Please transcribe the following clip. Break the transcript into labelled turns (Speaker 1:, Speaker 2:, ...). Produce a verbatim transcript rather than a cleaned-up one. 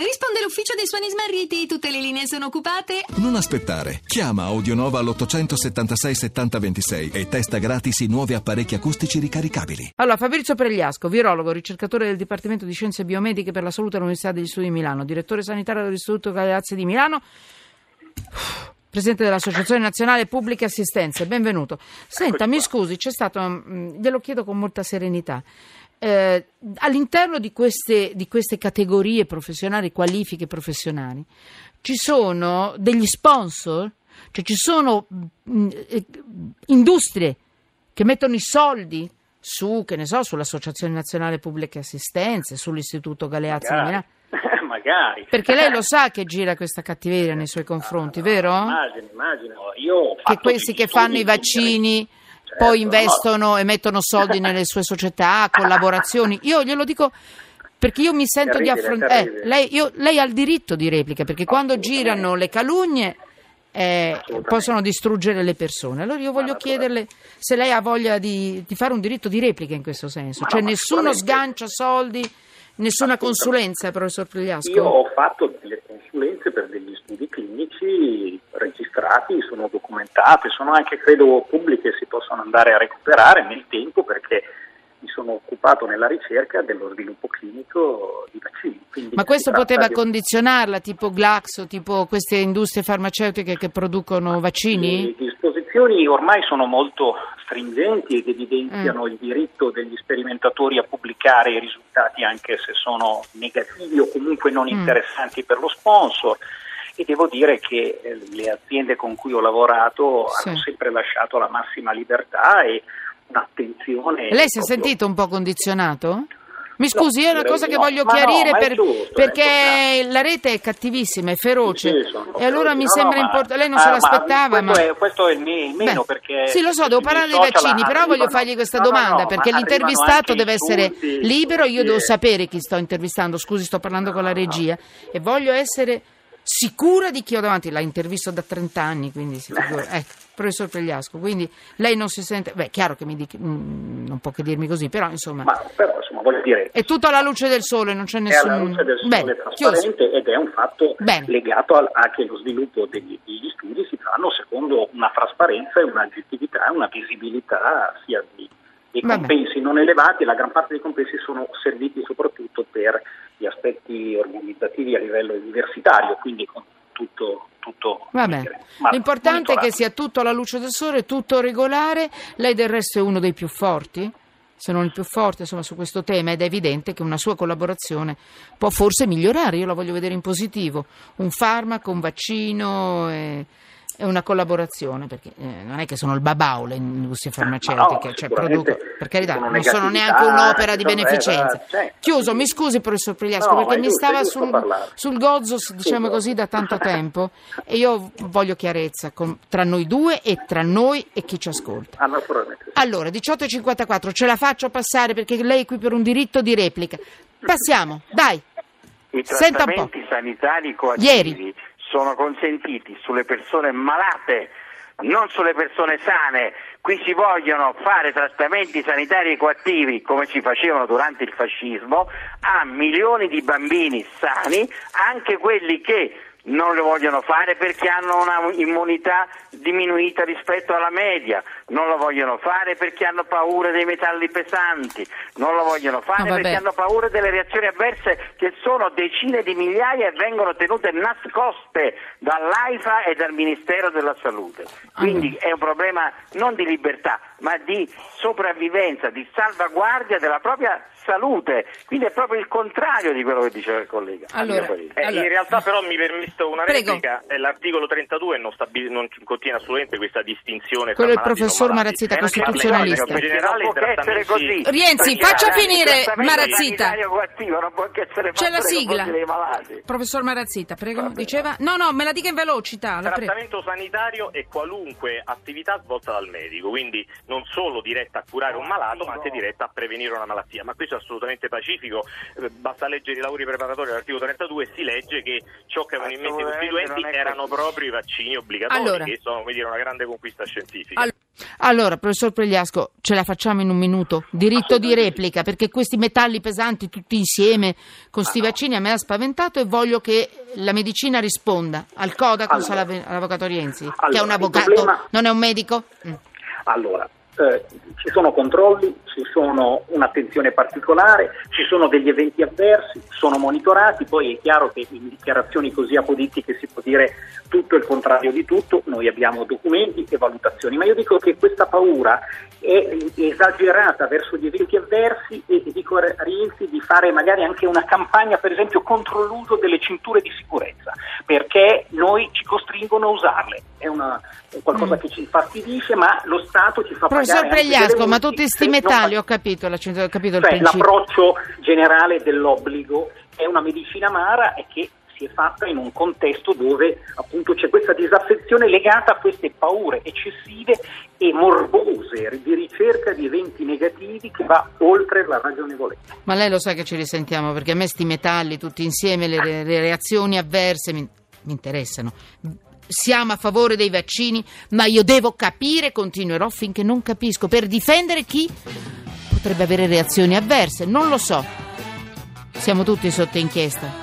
Speaker 1: Risponde l'ufficio dei suoni smarriti, tutte le linee sono occupate.
Speaker 2: Non aspettare, chiama Audionova all'ottocentosettantasei settanta ventisei e testa gratis i nuovi apparecchi acustici ricaricabili.
Speaker 3: Allora, Fabrizio Pregliasco, virologo, ricercatore del Dipartimento di Scienze Biomediche per la Salute all'Università degli Studi di Milano, direttore sanitario dell'Istituto Galeazzi di Milano, presidente dell'Associazione Nazionale Pubbliche Assistenze. Benvenuto. Senta, mi scusi, c'è stato, mh, glielo chiedo con molta serenità. Eh, all'interno di queste, di queste categorie professionali, qualifiche professionali, ci sono degli sponsor, cioè ci sono mh, eh, industrie che mettono i soldi su, che ne so, sull'Associazione Nazionale Pubbliche Assistenze, sull'Istituto Galeazzi di Milano.
Speaker 4: Magari.
Speaker 3: Perché lei lo sa che gira questa cattiveria nei suoi confronti,
Speaker 4: no, no,
Speaker 3: vero?
Speaker 4: Immagino, immagino. Io ho fatto
Speaker 3: che questi che fanno i vaccini certo, poi investono no. e mettono soldi nelle sue società, collaborazioni. Io glielo dico perché io mi sento
Speaker 4: terribile,
Speaker 3: di affrontare. Eh, lei, io, lei ha il diritto di replica, perché quando girano le calunnie eh, possono distruggere le persone. Allora io voglio chiederle se lei ha voglia di, di fare un diritto di replica in questo senso. Cioè no, nessuno sgancia soldi. Nessuna consulenza, professor Pregliasco?
Speaker 4: Io ho fatto delle consulenze per degli studi clinici registrati, sono documentate, sono anche, credo, pubbliche, si possono andare a recuperare nel tempo perché mi sono occupato nella ricerca dello sviluppo clinico di vaccini. Quindi
Speaker 3: ma questo poteva
Speaker 4: di...
Speaker 3: condizionarla, tipo Glaxo, tipo queste industrie farmaceutiche che producono vaccini?
Speaker 4: Le disposizioni ormai sono molto stringenti ed evidenziano mm. il diritto degli sperimentatori a pubblicare i risultati anche se sono negativi o comunque non interessanti mm. per lo sponsor, e devo dire che eh, le aziende con cui ho lavorato sì. hanno sempre lasciato la massima libertà e un'attenzione.
Speaker 3: Lei si è
Speaker 4: proprio...
Speaker 3: sentito un po' condizionato? Mi scusi, no, è una cosa che
Speaker 4: no,
Speaker 3: voglio chiarire
Speaker 4: no,
Speaker 3: per,
Speaker 4: giusto,
Speaker 3: perché la rete è cattivissima, è feroce,
Speaker 4: sì,
Speaker 3: e allora mi
Speaker 4: no,
Speaker 3: sembra
Speaker 4: no,
Speaker 3: importante. Lei non
Speaker 4: ma,
Speaker 3: se l'aspettava,
Speaker 4: ma questo,
Speaker 3: ma...
Speaker 4: È, questo è il, me, il meno. Beh, perché
Speaker 3: sì, lo so, devo parlare dei vaccini, però voglio fargli questa
Speaker 4: no,
Speaker 3: domanda,
Speaker 4: no, no,
Speaker 3: perché l'intervistato deve essere
Speaker 4: insulti,
Speaker 3: libero, io devo
Speaker 4: eh.
Speaker 3: sapere chi sto intervistando, scusi, sto parlando con la regia, e voglio essere sicura di chi ho davanti. La intervisto da trenta anni, quindi si figura. Ecco, professor Pregliasco, quindi lei non si sente, beh, chiaro che mi dica, mm, non può che dirmi così, però insomma,
Speaker 4: ma però insomma voglio dire,
Speaker 3: è tutto alla luce del sole, non c'è nessun,
Speaker 4: è alla luce del sole,
Speaker 3: bene,
Speaker 4: trasparente, chiuso. Ed è un fatto
Speaker 3: bene.
Speaker 4: legato a, a che lo sviluppo degli, degli studi si fanno secondo una trasparenza e un'oggettività, una visibilità sia di dei compensi non elevati, e la gran parte dei compensi sono serviti soprattutto per gli aspetti organizzativi a livello universitario, quindi con tutto, tutto
Speaker 3: vabbè. L'importante è che sia tutto alla luce del sole, tutto regolare. Lei del resto è uno dei più forti, se non il più forte, insomma, su questo tema, ed è evidente che una sua collaborazione può forse migliorare. Io la voglio vedere in positivo, un farmaco, un vaccino e... è una collaborazione, perché eh, non è che sono il babao le industrie farmaceutiche, no, cioè produco, per carità, non sono neanche un'opera di beneficenza. Certo. Chiuso, mi scusi professor Pregliasco, no, perché mi giusto, stava sul, sul gozzo, diciamo così, da tanto tempo, e io voglio chiarezza con, tra noi due e tra noi e chi ci ascolta.
Speaker 4: Ah, naturalmente.
Speaker 3: Allora, diciotto e cinquantaquattro, ce la faccio passare perché lei è qui per un diritto di replica. Passiamo, dai.
Speaker 5: I
Speaker 3: Senta un po'.
Speaker 5: trattamenti sanitari coattivi
Speaker 3: Ieri
Speaker 5: sono consentiti sulle persone malate, non sulle persone sane. Qui si vogliono fare trattamenti sanitari coattivi, come si facevano durante il fascismo, a milioni di bambini sani, anche quelli che non lo vogliono fare perché hanno una immunità diminuita rispetto alla media, non lo vogliono fare perché hanno paura dei metalli pesanti, non lo vogliono fare
Speaker 3: no,
Speaker 5: perché hanno paura delle reazioni avverse, che sono decine di migliaia e vengono tenute nascoste dall'AIFA e dal Ministero della Salute. Quindi è un problema non di libertà, ma di sopravvivenza, di salvaguardia della propria salute. Quindi è proprio il contrario di quello che diceva il collega.
Speaker 3: Allora,
Speaker 6: eh,
Speaker 3: allora.
Speaker 6: In realtà però mi permetto una
Speaker 3: Prego.
Speaker 6: replica, eh, l'articolo trentadue non, stabil- non contiene assolutamente questa distinzione.
Speaker 3: Quello
Speaker 6: tra
Speaker 3: del professor Marazzita, costituzionalista.
Speaker 5: In generale non può essere così.
Speaker 3: Rienzi, faccia finire Marazzita. C'è la sigla. Professor Marazzita, prego, diceva? No, no, me la dica in velocità.
Speaker 6: Il trattamento sanitario è qualunque attività svolta dal medico, quindi non solo diretta a curare un malato, ma anche diretta a prevenire una malattia. Ma questo è assolutamente pacifico, eh, basta leggere i lavori preparatori dell'articolo trentadue e si legge che ciò che avevano in mente i costituenti erano proprio i vaccini obbligatori, allora, che sono, come dire, una grande conquista scientifica.
Speaker 3: All- Allora, professor Pregliasco, ce la facciamo in un minuto? Diritto di replica, perché questi metalli pesanti tutti insieme con sti
Speaker 4: ah, no.
Speaker 3: vaccini a me ha spaventato e voglio che la medicina risponda al Codacons, allora, all'avvocato Rienzi,
Speaker 4: allora,
Speaker 3: che è un avvocato,
Speaker 4: problema...
Speaker 3: non è un medico? Mm.
Speaker 4: Allora, eh, ci sono controlli, ci sono un'attenzione particolare, ci sono degli eventi avversi, sono monitorati, poi è chiaro che in dichiarazioni così apodittiche si può dire tutto il contrario di tutto, noi abbiamo documenti e valutazioni, ma io dico che questa paura è esagerata verso gli eventi avversi e dico a Rienzi di fare magari anche una campagna, per esempio, contro l'uso delle cinture di sicurezza, perché noi ci costringono a usarle, è, una, è qualcosa mm. che ci infastidisce, ma lo Stato ci fa
Speaker 3: Professor
Speaker 4: pagare anche
Speaker 3: Pregliasco,
Speaker 4: delle
Speaker 3: ma
Speaker 4: multi,
Speaker 3: tutti sti
Speaker 4: se
Speaker 3: metalli,
Speaker 4: non...
Speaker 3: ho capito, la, ho capito il
Speaker 4: cioè,
Speaker 3: principio.
Speaker 4: l'approccio generale dell'obbligo è una medicina amara e che si è fatta in un contesto dove appunto c'è questa disaffezione legata a queste paure eccessive e morbose di ricerca di eventi negativi che va oltre la ragionevolezza.
Speaker 3: Ma lei lo sa che ci risentiamo, perché a me sti metalli tutti insieme, le, le reazioni avverse mi, mi interessano. Siamo a favore dei vaccini, ma io devo capire, continuerò finché non capisco, per difendere chi potrebbe avere reazioni avverse, non lo so. Siamo tutti sotto inchiesta.